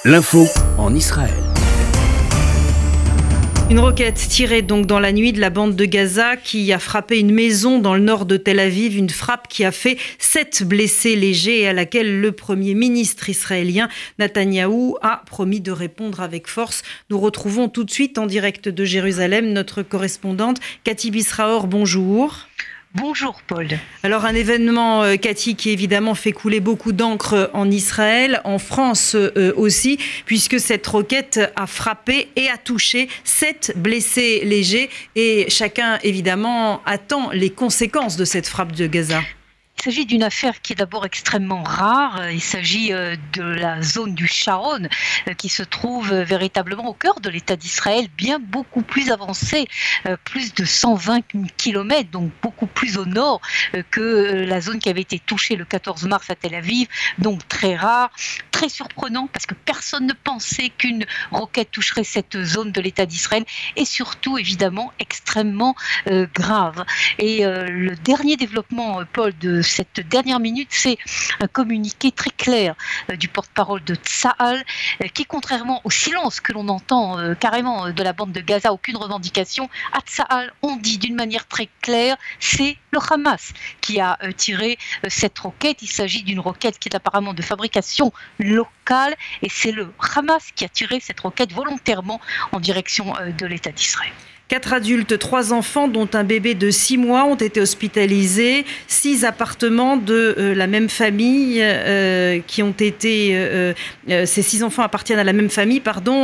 L'info en Israël. Une roquette tirée donc dans la nuit de la bande de Gaza qui a frappé une maison dans le nord de Tel Aviv, une frappe qui a fait 7 blessés légers et à laquelle le Premier ministre israélien Netanyahou a promis de répondre avec force. Nous retrouvons tout de suite en direct de Jérusalem notre correspondante Cathy Bisraor. Bonjour. Bonjour Paul. Alors un événement, Cathy, qui évidemment fait couler beaucoup d'encre en Israël, en France aussi, puisque cette roquette a frappé et a touché 7 blessés légers et chacun évidemment attend les conséquences de cette frappe de Gaza. Il s'agit d'une affaire qui est d'abord extrêmement rare. Il s'agit de la zone du Sharon qui se trouve véritablement au cœur de l'État d'Israël, bien beaucoup plus avancé, plus de 120 km, donc beaucoup plus au nord que la zone qui avait été touchée le 14 mars à Tel Aviv, donc très rare, très surprenant parce que personne ne pensait qu'une roquette toucherait cette zone de l'État d'Israël et surtout évidemment extrêmement grave. Et le dernier développement, Paul, de cette dernière minute, c'est un communiqué très clair du porte-parole de Tsahal qui, contrairement au silence que l'on entend carrément de la bande de Gaza, aucune revendication, à Tsahal, on dit d'une manière très claire, c'est le Hamas qui a tiré cette roquette. Il s'agit d'une roquette qui est apparemment de fabrication locale et c'est le Hamas qui a tiré cette roquette volontairement en direction de l'État d'Israël. 4 adultes, 3 enfants, dont un bébé de 6 mois, ont été hospitalisés. 6 appartements de la même famille qui ont été... ces 6 enfants appartiennent à la même famille,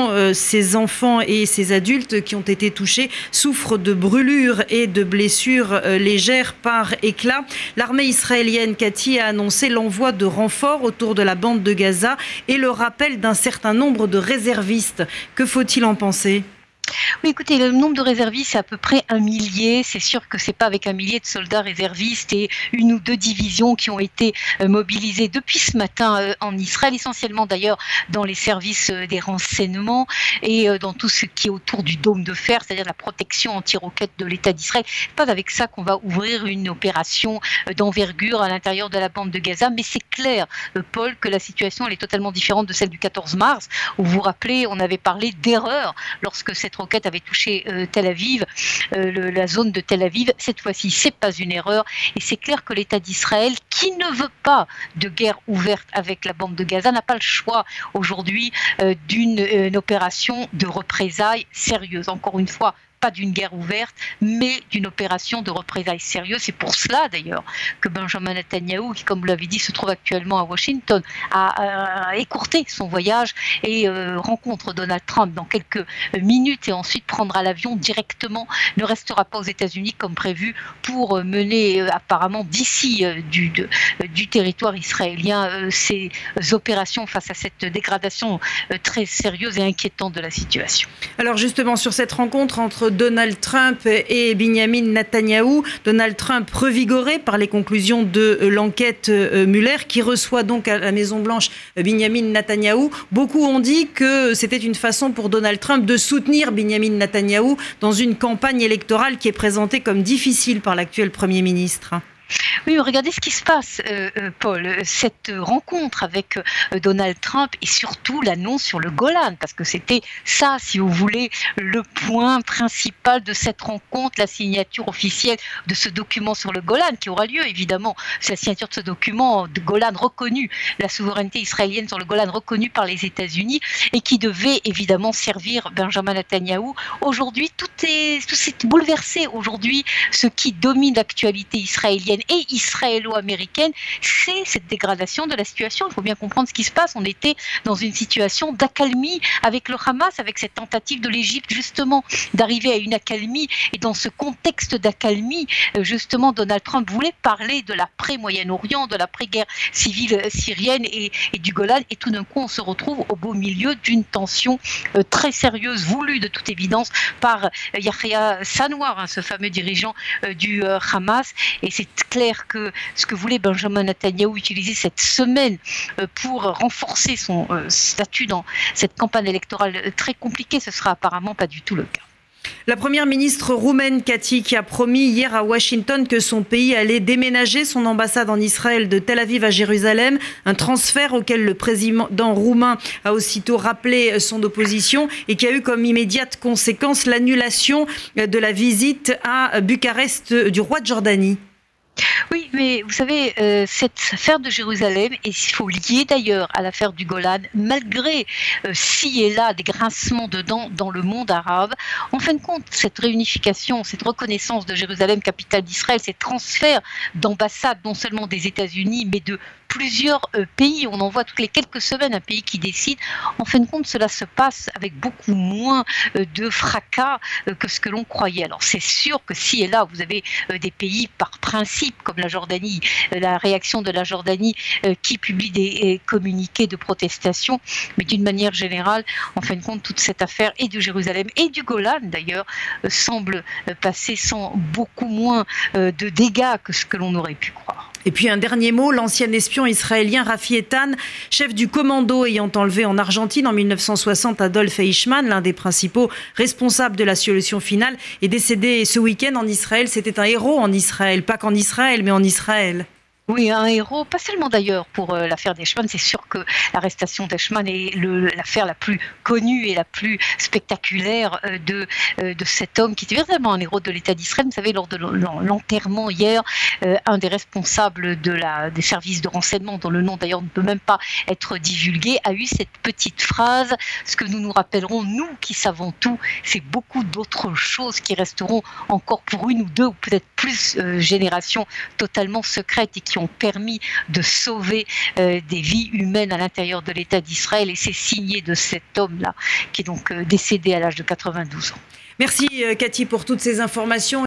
Ces enfants et ces adultes qui ont été touchés souffrent de brûlures et de blessures légères par éclat. L'armée israélienne, Cathy, a annoncé l'envoi de renforts autour de la bande de Gaza et le rappel d'un certain nombre de réservistes. Que faut-il en penser ? Oui, écoutez, le nombre de réservistes, c'est à peu près 1 millier. C'est sûr que c'est pas avec 1 millier de soldats réservistes et 1 ou 2 divisions qui ont été mobilisées depuis ce matin en Israël, essentiellement d'ailleurs dans les services des renseignements et dans tout ce qui est autour du dôme de fer, c'est-à-dire la protection anti-roquette de l'État d'Israël. C'est pas avec ça qu'on va ouvrir une opération d'envergure à l'intérieur de la bande de Gaza, mais c'est clair, Paul, que la situation elle est totalement différente de celle du 14 mars, où vous vous rappelez, on avait parlé d'erreur lorsque cette roquette avait touché Tel Aviv, la zone de Tel Aviv. Cette fois-ci, c'est pas une erreur et c'est clair que l'État d'Israël, qui ne veut pas de guerre ouverte avec la bande de Gaza, n'a pas le choix aujourd'hui d'une opération de représailles sérieuse. Encore une fois, pas d'une guerre ouverte, mais d'une opération de représailles sérieuse. C'est pour cela, d'ailleurs, que Benjamin Netanyahou, qui, comme vous l'avez dit, se trouve actuellement à Washington, a écourté son voyage et rencontre Donald Trump dans quelques minutes et ensuite prendra l'avion directement, ne restera pas aux États-Unis comme prévu pour mener apparemment d'ici du territoire israélien ces opérations face à cette dégradation très sérieuse et inquiétante de la situation. Alors justement, sur cette rencontre entre Donald Trump et Benjamin Netanyahou, Donald Trump revigoré par les conclusions de l'enquête Mueller, qui reçoit donc à la Maison-Blanche Benjamin Netanyahou. Beaucoup ont dit que c'était une façon pour Donald Trump de soutenir Benjamin Netanyahou dans une campagne électorale qui est présentée comme difficile par l'actuel Premier ministre. Oui, regardez ce qui se passe, Paul. Cette rencontre avec Donald Trump et surtout l'annonce sur le Golan, parce que c'était ça, si vous voulez, le point principal de cette rencontre, la signature officielle de ce document sur le Golan, qui aura lieu évidemment. C'est la signature de ce document de Golan reconnu, la souveraineté israélienne sur le Golan reconnue par les États-Unis et qui devait évidemment servir Benjamin Netanyahou. Aujourd'hui, tout s'est bouleversé. Aujourd'hui, ce qui domine l'actualité israélienne et israélo-américaine, c'est cette dégradation de la situation. Il faut bien comprendre ce qui se passe. On était dans une situation d'accalmie avec le Hamas, avec cette tentative de l'Égypte justement d'arriver à une accalmie. Et dans ce contexte d'accalmie, justement, Donald Trump voulait parler de l'après-Moyen-Orient, de l'après-guerre civile syrienne et du Golan. Et tout d'un coup, on se retrouve au beau milieu d'une tension très sérieuse, voulue de toute évidence par Yahya Sinwar, ce fameux dirigeant du Hamas. Et c'est clair que ce que voulait Benjamin Netanyahou utiliser cette semaine pour renforcer son statut dans cette campagne électorale très compliquée, ce sera apparemment pas du tout le cas. La première ministre roumaine Kati qui a promis hier à Washington que son pays allait déménager son ambassade en Israël de Tel Aviv à Jérusalem, un transfert auquel le président roumain a aussitôt rappelé son opposition et qui a eu comme immédiate conséquence l'annulation de la visite à Bucarest du roi de Jordanie. Oui, mais vous savez, cette affaire de Jérusalem, et il faut lier d'ailleurs à l'affaire du Golan, malgré ci et là des grincements de dents dans le monde arabe, en fin de compte, cette réunification, cette reconnaissance de Jérusalem, capitale d'Israël, ces transferts d'ambassades, non seulement des États-Unis, mais de plusieurs pays, on en voit toutes les quelques semaines un pays qui décide, en fin de compte cela se passe avec beaucoup moins de fracas que ce que l'on croyait. Alors c'est sûr que si et là vous avez des pays par principe comme la Jordanie, la réaction de la Jordanie qui publie des communiqués de protestation, mais d'une manière générale, en fin de compte toute cette affaire et de Jérusalem et du Golan d'ailleurs semble passer sans beaucoup moins de dégâts que ce que l'on aurait pu croire. Et puis un dernier mot, l'ancien espion israélien Rafi Eitan, chef du commando ayant enlevé en Argentine en 1960 Adolf Eichmann, l'un des principaux responsables de la solution finale, est décédé ce week-end en Israël. C'était un héros en Israël, pas qu'en Israël, mais en Israël. Oui, un héros, pas seulement d'ailleurs pour l'affaire d'Eichmann, c'est sûr que l'arrestation d'Eichmann est l'affaire la plus connue et la plus spectaculaire de cet homme qui était véritablement un héros de l'État d'Israël. Vous savez, lors de l'enterrement hier, un des responsables des services de renseignement, dont le nom d'ailleurs ne peut même pas être divulgué, a eu cette petite phrase: ce que nous nous rappellerons, nous qui savons tout, c'est beaucoup d'autres choses qui resteront encore pour une ou deux ou peut-être plus générations totalement secrètes et qui ont permis de sauver des vies humaines à l'intérieur de l'État d'Israël, et c'est signé de cet homme-là qui est donc décédé à l'âge de 92 ans. Merci Kati pour toutes ces informations.